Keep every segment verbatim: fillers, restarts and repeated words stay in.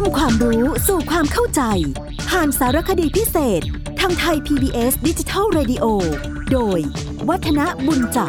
ำความรู้สู่ความเข้าใจผ่านสารคดีพิเศษทางไทย พี บี เอส Digital Radio โดยวัฒนบุญจับ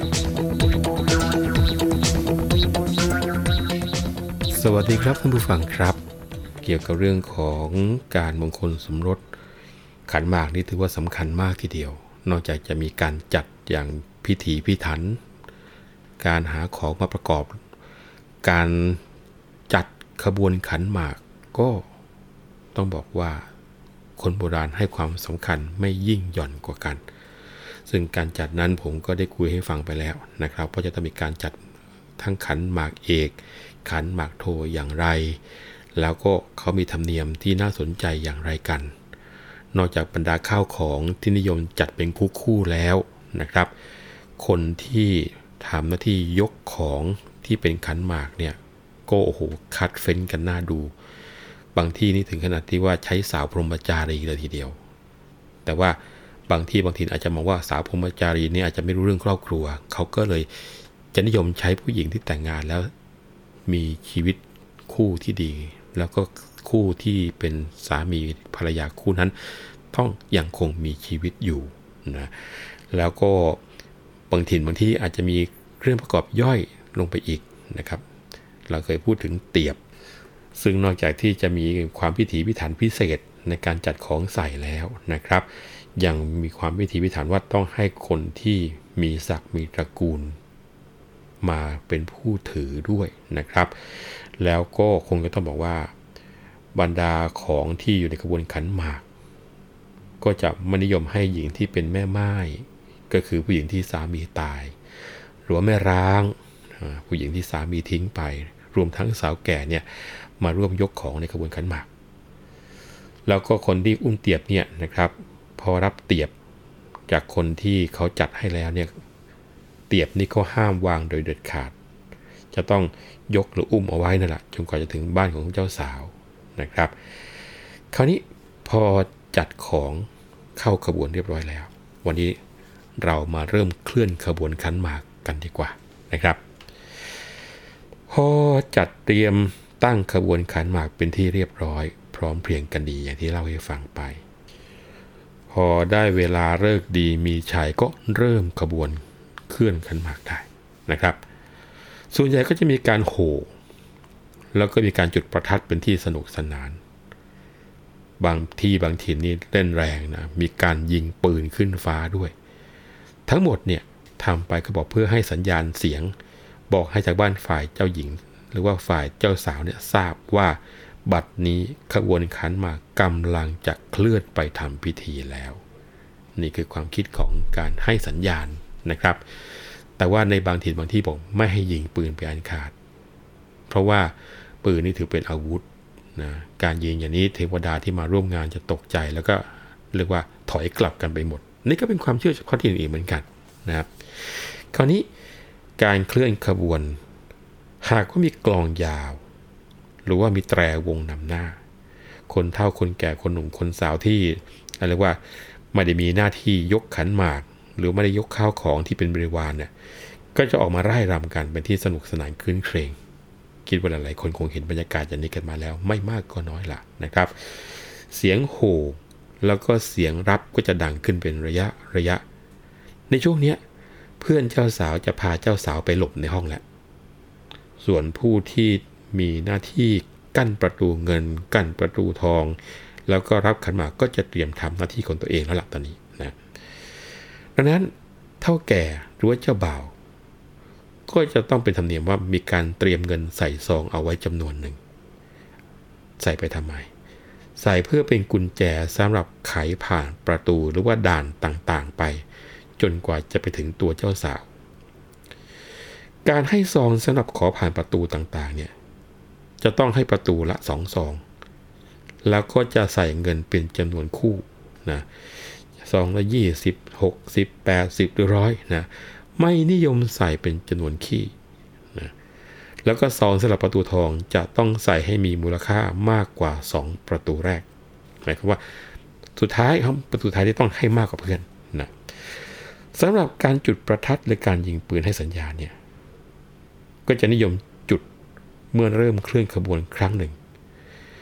สวัสดีครับท่านผู้ฟังครับเกี่ยวกับเรื่องของการมงคลสมรสขันหมากนี่ถือว่าสำคัญมากทีเดียวนอกจากจะมีการจัดอย่างพิถีพิถันการหาของมาประกอบการจัดขบวนขันหมากก็ต้องบอกว่าคนโบราณให้ความสำคัญไม่ยิ่งหย่อนกว่ากันซึ่งการจัดนั้นผมก็ได้คุยให้ฟังไปแล้วนะครับเพราะจะต้องมีการจัดทั้งขันหมากเอกขันหมากโทอย่างไรแล้วก็เขามีธรรมเนียมที่น่าสนใจอย่างไรกันนอกจากบรรดาข้าวของที่นิยมจัดเป็นคู่ๆแล้วนะครับคนที่ทำหน้าที่ยกของที่เป็นขันหมากเนี่ยก็โอ้โหคัดเฟ้นกันน่าดูบางที่นี่ถึงขนาดที่ว่าใช้สาวพรหมจารีเลยทีเดียวแต่ว่าบางที่บางทีอาจจะมองว่าสาวพรหมจารีนี่อาจจะไม่รู้เรื่องครอบครัวเขาก็เลยจะนิยมใช้ผู้หญิงที่แต่งงานแล้วมีชีวิตคู่ที่ดีแล้วก็คู่ที่เป็นสามีภรรยาคู่นั้นต้องยังคงมีชีวิตอยู่นะแล้วก็บางถิ่นบางที่อาจจะมีเครื่องประกอบย่อยลงไปอีกนะครับเราเคยพูดถึงเตียบซึ่งนอกจากที่จะมีความพิถีพิถันพิเศษในการจัดของใส่แล้วนะครับยังมีความพิถีพิถันว่าต้องให้คนที่มีศักดิ์มีตระกูลมาเป็นผู้ถือด้วยนะครับแล้วก็คงจะต้องบอกว่าบรรดาของที่อยู่ในกระบวนขันหมากก็จะไม่นิยมให้หญิงที่เป็นแม่ม่ายก็คือผู้หญิงที่สามีตายหรือว่าแม่ร้างผู้หญิงที่สามีทิ้งไปรวมทั้งสาวแก่เนี่ยมาร่วมยกของในกระบวนขันหมากแล้วก็คนที่อุ้มเตียบเนี่ยนะครับพอรับเตียบจากคนที่เขาจัดให้แล้วเนี่ยเตียบนี่เขาห้ามวางโดยเด็ดขาดจะต้องยกหรืออุ้มเอาไว้นั่นแหละจนกว่าจะถึงบ้านของเจ้าสาวนะครับคราวนี้พอจัดของเข้าขบวนเรียบร้อยแล้ววันนี้เรามาเริ่มเคลื่อนขบวนขันหมากกันดีกว่านะครับพอจัดเตรียมตั้งขบวนขันหมากเป็นที่เรียบร้อยพร้อมเพรียงกันดีอย่างที่เล่าให้ฟังไปพอได้เวลาฤกษ์ดีมีชัยก็เริ่มขบวนเคลื่อนขันหมากได้นะครับส่วนใหญ่ก็จะมีการโห่แล้วก็มีการจุดประทัดเป็นที่สนุกสนานบางที่บางถิ่นนี่เล่นแรงนะมีการยิงปืนขึ้นฟ้าด้วยทั้งหมดเนี่ยทำไปก็บอกเพื่อให้สัญญาณเสียงบอกให้จากบ้านฝ่ายเจ้าหญิงหรือว่าฝ่ายเจ้าสาวเนี่ยทราบว่าบัดนี้ขบวนขันหมากกำลังจะเคลื่อนไปทำพิธีแล้วนี่คือความคิดของการให้สัญญาณนะครับแต่ว่าในบางถิ่นบางที่บอกไม่ให้ยิงปืนเป็นอันขาดเพราะว่าปืนนี่ถือเป็นอาวุธนะการยิงอย่างนี้เทวดาที่มาร่วมงานจะตกใจแล้วก็เรียกว่าถอยกลับกันไปหมดนี่ก็เป็นความเชื่อข้อที่อื่นเหมือนกันนะครับคราวนี้การเคลื่อนขบวนหากว่ามีกลองยาวหรือว่ามีแตรวงนำหน้าคนเฒ่าคนแก่คนหนุ่มคนสาวที่เรียกว่าไม่ได้มีหน้าที่ยกขันหมากหรือไม่ได้ยกข้าวของที่เป็นบริวารเนี่ยก็จะออกมาร่ายรำกันเป็นที่สนุกสนานคลื้นเครงคิดว่าหลายๆคนคงเห็นบรรยากาศอย่างนี้กันมาแล้วไม่มากก็น้อยละนะครับเสียงโห่แล้วก็เสียงรับก็จะดังขึ้นเป็นระยะระยะในช่วงนี้เพื่อนเจ้าสาวจะพาเจ้าสาวไปหลบในห้องแล้วส่วนผู้ที่มีหน้าที่กั้นประตูเงินกั้นประตูทองแล้วก็รับขันหมากก็จะเตรียมทำหน้าที่ของตัวเองแล้วล่ะตอนนี้นะดังนั้นเฒ่าแก่หรือว่าเจ้าบ่าวก็จะต้องเป็นธรรมเนียมว่ามีการเตรียมเงินใส่ซองเอาไว้จำนวนหนึ่งใส่ไปทำไมใส่เพื่อเป็นกุญแจสำหรับไขผ่านประตูหรือว่าด่านต่างๆไปจนกว่าจะไปถึงตัวเจ้าสาวการให้ซองสำหรับขอผ่านประตูต่างๆเนี่ยจะต้องให้ประตูละสองซองแล้วก็จะใส่เงินเป็นจำนวนคู่นะซองละยี่สิบ หกสิบ แปดสิบหรือร้อยนะไม่นิยมใส่เป็นจำนวนขี้นะแล้วก็ซองสำหรับประตูทองจะต้องใส่ให้มีมูลค่ามากกว่าสองประตูแรกหมายความว่าสุดท้ายครับประตูท้ายที่ต้องให้มากกว่าเพื่อนนะสำหรับการจุดประทัดหรือการยิงปืนให้สัญญาณเนี่ยก็จะนิยมจุดเมื่อเริ่มเคลื่อนขบวนครั้งหนึ่ง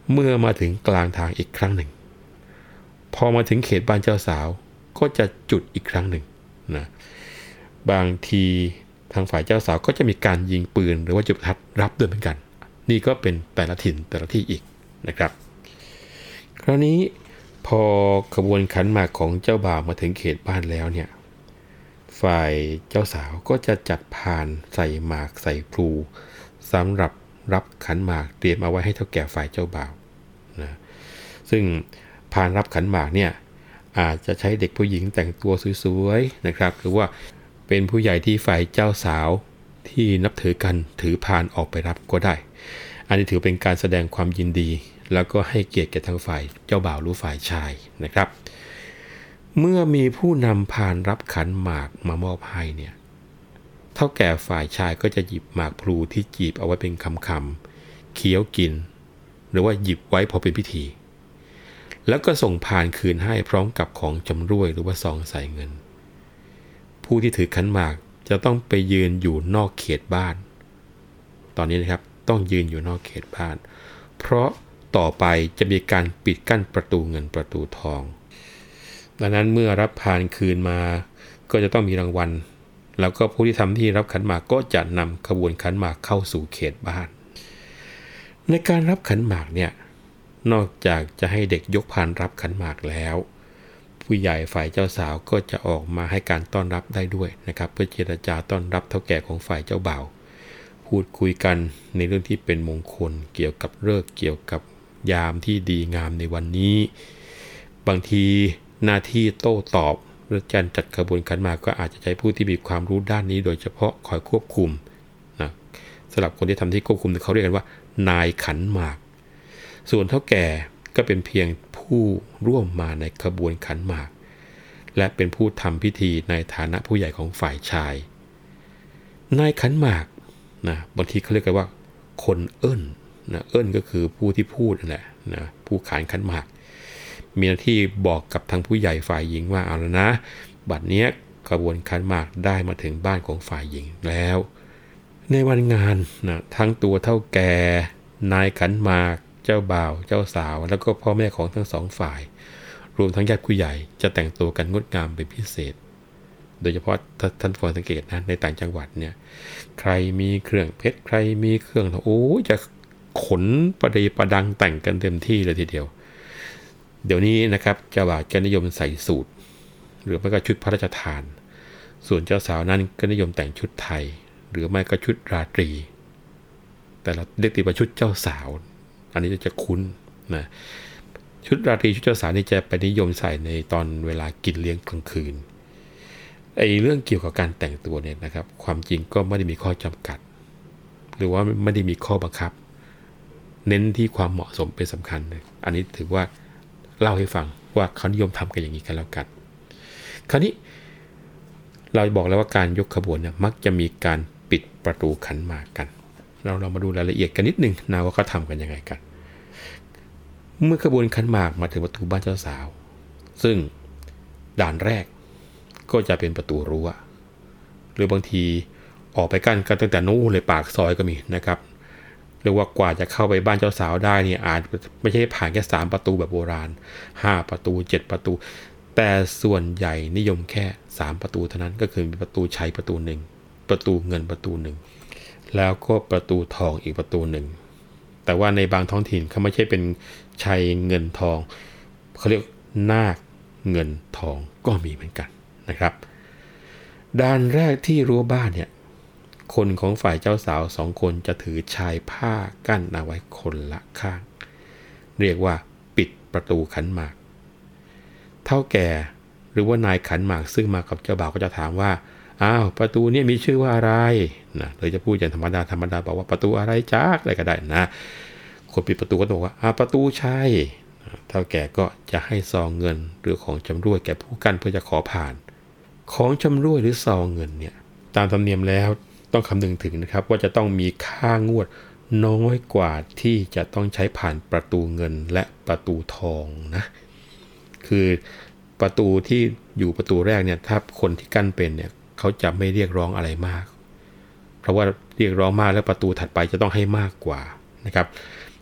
เมื่อมาถึงกลางทางอีกครั้งหนึ่งพอมาถึงเขตบ้านเจ้าสาวก็จะจุดอีกครั้งหนึ่งนะบางทีทางฝ่ายเจ้าสาวก็จะมีการยิงปืนหรือว่าจุดประทัดรับด้วยเหมือนกันนี่ก็เป็นแต่ละถิ่นแต่ละที่อีกนะครับคราวนี้พอขบวนขันหมากของเจ้าบ่าวมาถึงเขตบ้านแล้วเนี่ยฝ่ายเจ้าสาวก็จะจัดพานใส่หมากใส่พลูสำหรับรับขันหมากเตรียมเอาไว้ให้เท่าแก่ฝ่ายเจ้าบ่าวนะซึ่งพานรับขันหมากเนี่ยอาจจะใช้เด็กผู้หญิงแต่งตัวสวยๆนะครับหรือว่าเป็นผู้ใหญ่ที่ฝ่ายเจ้าสาวที่นับถือกันถือพานออกไปรับก็ได้อันนี้ถือเป็นการแสดงความยินดีแล้วก็ให้เกียรติแก่ทางฝ่ายเจ้าบ่าวหรือฝ่ายชายนะครับเมื่อมีผู้นำพานรับขันหมากมามอบให้เนี่ยเท่าแก่ฝ่ายชายก็จะหยิบหมากพลูที่จีบเอาไว้เป็นคำๆเคี้ยวกินหรือว่าหยิบไว้พอเป็นพิธีแล้วก็ส่งพานคืนให้พร้อมกับของจำร่วยหรือว่าซองใส่เงินผู้ที่ถือขันหมากจะต้องไปยืนอยู่นอกเขตบ้านตอนนี้นะครับต้องยืนอยู่นอกเขตบ้านเพราะต่อไปจะมีการปิดกั้นประตูเงินประตูทองดังนั้นเมื่อรับพานคืนมาก็จะต้องมีรางวัลแล้วก็ผู้ที่ทำที่รับขันหมากก็จะนำขบวนขันหมากเข้าสู่เขตบ้านในการรับขันหมากเนี่ยนอกจากจะให้เด็กยกพานรับขันหมากแล้วผู้ใหญ่ฝ่ายเจ้าสาวก็จะออกมาให้การต้อนรับได้ด้วยนะครับเพื่อเจรจาต้อนรับเท่าแก่ของฝ่ายเจ้าบ่าวพูดคุยกันในเรื่องที่เป็นมงคลเกี่ยวกับฤกษ์เกี่ยวกับยามที่ดีงามในวันนี้บางทีหน้าที่โต้ตอบหรือการจัดขบวนขันหมากก็อาจจะใช้ผู้ที่มีความรู้ด้านนี้โดยเฉพาะคอยควบคุมนะสำหรับคนที่ทำที่ควบคุมเขาเรียกกันว่านายขันหมากส่วนเท่าแก่ก็เป็นเพียงผู้ร่วมมาในขบวนขันหมากและเป็นผู้ทำพิธีในฐานะผู้ใหญ่ของฝ่ายชายนายขันหมากนะบางทีเขาเรียกกันว่าคนเอิ้นนะเอิ้นก็คือผู้ที่พูดนั่นแหละนะผู้ขานขันหมากมีหน้าที่บอกกับทางผู้ใหญ่ฝ่ายหญิงว่าเอาแล้วนะบัดเนี้ยขบวนขันหมากได้มาถึงบ้านของฝ่ายหญิงแล้วในวันงานนะทั้งตัวเท่าแก่นายขันหมากเจ้าบ่าวเจ้าสาวแล้วก็พ่อแม่ของทั้งสองฝ่ายรวมทั้งญาติผู้ใหญ่จะแต่งตัวกันงดงามเป็นพิเศษโดยเฉพาะท่านสังเกตนะในต่างจังหวัดเนี่ยใครมีเครื่องเพชรใครมีเครื่องโอ้จะขนประดิประดังแต่งกันเต็มที่เลยทีเดียวเดี๋ยวนี้นะครับเจ้าบ่าวจะนิยมใส่สูทหรือไม่ก็ชุดพระราชทานส่วนเจ้าสาวนั้นก็นิยมแต่งชุดไทยหรือไม่ก็ชุดราตรีแต่เราเรียกติดว่าชุดเจ้าสาวอันนี้จะคุ้นนะชุดราตรีชุดเจ้าสาวนี่จะไปนิยมใส่ในตอนเวลากินเลี้ยงกลางคืนไอ้เรื่องเกี่ยวกับการแต่งตัวเนี่ยนะครับความจริงก็ไม่ได้มีข้อจำกัดหรือว่าไม่ได้มีข้อบังคับเน้นที่ความเหมาะสมเป็นสำคัญเลยอันนี้ถือว่าเล่าให้ฟังว่าเขานิยมทำกันอย่างนี้กันแล้วกันคราวนี้เราบอกแล้วว่าการยกขบวนเนี่ยมักจะมีการปิดประตูขันหมากกันเราเรามาดูรายละเอียดกันนิดนึงนะว่าเขาทำกันยังไงกันเมื่อขบวนขันหมากมาถึงประตูบ้านเจ้าสาวซึ่งด่านแรกก็จะเป็นประตูรั้วหรือบางทีออกไปกั้นกันตั้งแต่นู้นเลยปากซอยก็มีนะครับหรือว่ากว่าจะเข้าไปบ้านเจ้าสาวได้นี่อาจไม่ใช่ผ่านแค่สามประตูแบบโบราณห้าประตูเจ็ดประตูแต่ส่วนใหญ่นิยมแค่สามประตูเท่านั้นก็คือมีประตูชัยประตูหนึ่งประตูเงินประตูหนึ่งแล้วก็ประตูทองอีกประตูหนึ่งแต่ว่าในบางท้องถิ่นเขาไม่ใช่เป็นชัยเงินทองเขาเรียกนาคเงินทองก็มีเหมือนกันนะครับด้านแรกที่รั้วบ้านเนี่ยคนของฝ่ายเจ้าสาวสองคนจะถือชายผ้ากั้นเอาไว้คนละข้างเรียกว่าปิดประตูขันหมากเท่าแก่หรือว่านายขันหมากซึ่งมากับเจ้าบ่าวก็จะถามว่าอ้าวประตูนี้มีชื่อว่าอะไรนะเลยจะพูดอย่างธรรมดาธรรมดาบอกว่าประตูอะไรจ๊ะอะไรก็ได้นะคนปิดประตูก็บอกว่าอ่าประตูชัยเท่าแก่ก็จะให้ซองเงินหรือของจำร่วยแก่ผู้กั้นเพื่อจะขอผ่านของจำร่วยหรือซองเงินเนี่ยตามธรรมเนียมแล้วต้องคำนึงถึงนะครับว่าจะต้องมีค่างวดน้อยกว่าที่จะต้องใช้ผ่านประตูเงินและประตูทองนะคือประตูที่อยู่ประตูแรกเนี่ยถ้าคนที่กั้นเป็นเนี่ยเขาจะไม่เรียกร้องอะไรมากเพราะว่าเรียกร้องมากแล้วประตูถัดไปจะต้องให้มากกว่านะครับ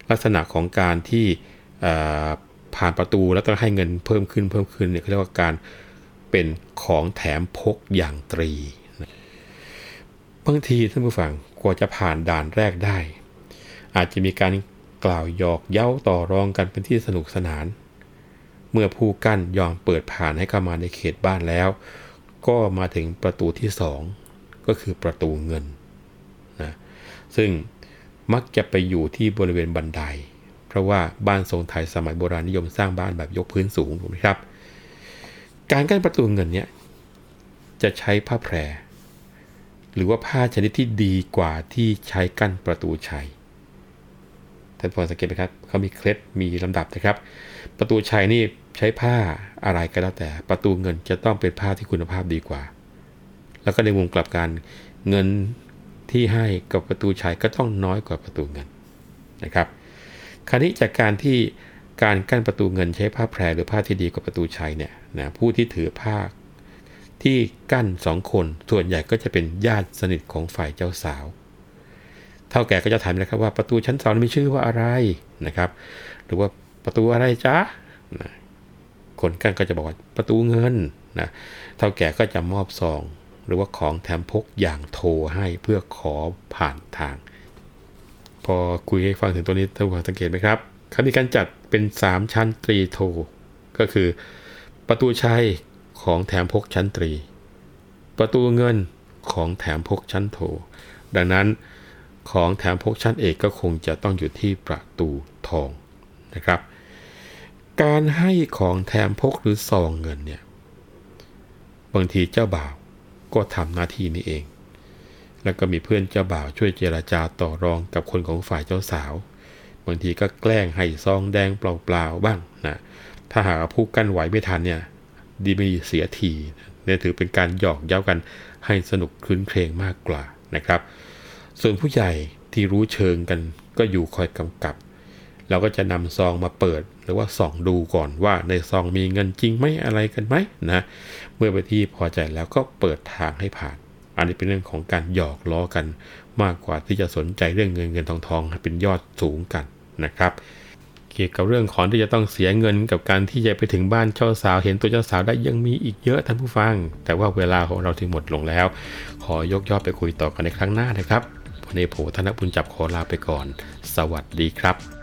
ลักษณะของการที่ผ่านประตูแล้วต้องให้เงินเพิ่มขึ้นเพิ่มขึ้นเนี่ยเขาเรียกว่าการเป็นของแถมพกอย่างตรีบางทีท่านผู้ฟังกว่าจะผ่านด่านแรกได้อาจจะมีการกล่าวหยอกเย้าต่อรองกันเป็นที่สนุกสนานเมื่อผู้กั้นยอมเปิดผ่านให้เข้ามาในเขตบ้านแล้วก็มาถึงประตูที่สองก็คือประตูเงินนะซึ่งมักจะไปอยู่ที่บริเวณบันไดเพราะว่าบ้านทรงไทยสมัยโบราณนิยมสร้างบ้านแบบยกพื้นสูงถูกไหมครับการกั้นประตูเงินเนี่ยจะใช้ผ้าแพรหรือว่าผ้าชนิดที่ดีกว่าที่ใช้กั้นประตูชัยท่านพอสังเกตไหมครับเขามีเคล็ดมีลำดับนะครับประตูชัยนี่ใช้ผ้าอะไรก็แล้วแต่ประตูเงินจะต้องเป็นผ้าที่คุณภาพดีกว่าแล้วก็ในมุมกลับกันเงินที่ให้กับประตูชัยก็ต้องน้อยกว่าประตูเงินนะครับคราวนี้จากการที่การกั้นประตูเงินใช้ผ้าแพรหรือผ้าที่ดีกว่าประตูชัยเนี่ยนะผู้ที่ถือผ้าที่กั้นสองคนส่วนใหญ่ก็จะเป็นญาติสนิทของฝ่ายเจ้าสาวเท่าแก่ก็จะถามนะครับว่าประตูชั้นสองมีชื่อว่าอะไรนะครับหรือว่าประตูอะไรจ๊ะนะคนกั้นก็จะบอกว่าประตูเงินนะเท่าแก่ก็จะมอบซองหรือว่าของแถมพกอย่างโทให้เพื่อขอผ่านทางพอคุยให้ฟังถึงตัวนี้ท่านผู้สังเกตไหมครับเขามีการจัดเป็นสามชั้นตรีโทก็คือประตูชัยของแถมพกชั้นตรีประตูเงินของแถมพกชั้นโทดังนั้นของแถมพกชั้นเอกก็คงจะต้องอยู่ที่ประตูทองนะครับการให้ของแถมพกหรือซองเงินเนี่ยบางทีเจ้าบ่าวก็ทำหน้าที่นี้เองแล้วก็มีเพื่อนเจ้าบ่าวช่วยเจรจาต่อรองกับคนของฝ่ายเจ้าสาวบางทีก็แกล้งให้ซองแดงเปล่าๆบ้างนะถ้าหากผู้กั้นไหวไม่ทันเนี่ยดีไม่เสียทีเนี่ยถือเป็นการหยอกเย้ากันให้สนุกคลื้นเครงมากกว่านะครับส่วนผู้ใหญ่ที่รู้เชิงกันก็อยู่คอยกำกับเราก็จะนำซองมาเปิดหรือว่าส่องดูก่อนว่าในซองมีเงินจริงไหมอะไรกันไหมนะเมื่อไปที่พอใจแล้วก็เปิดทางให้ผ่านอันนี้เป็นเรื่องของการหยอกล้อกันมากกว่าที่จะสนใจเรื่องเงินเงินทองทองเป็นยอดสูงกันนะครับเกี่ยวกับเรื่องของที่จะต้องเสียเงินกับการที่จะไปถึงบ้านเจ้าสาวเห็นตัวเจ้าสาวได้ยังมีอีกเยอะท่านผู้ฟังแต่ว่าเวลาของเราถึงหมดลงแล้วขอยกยอดไปคุยต่อกันในครั้งหน้านะครับวันนี้ผมธนบุญจับขอลาไปก่อนสวัสดีครับ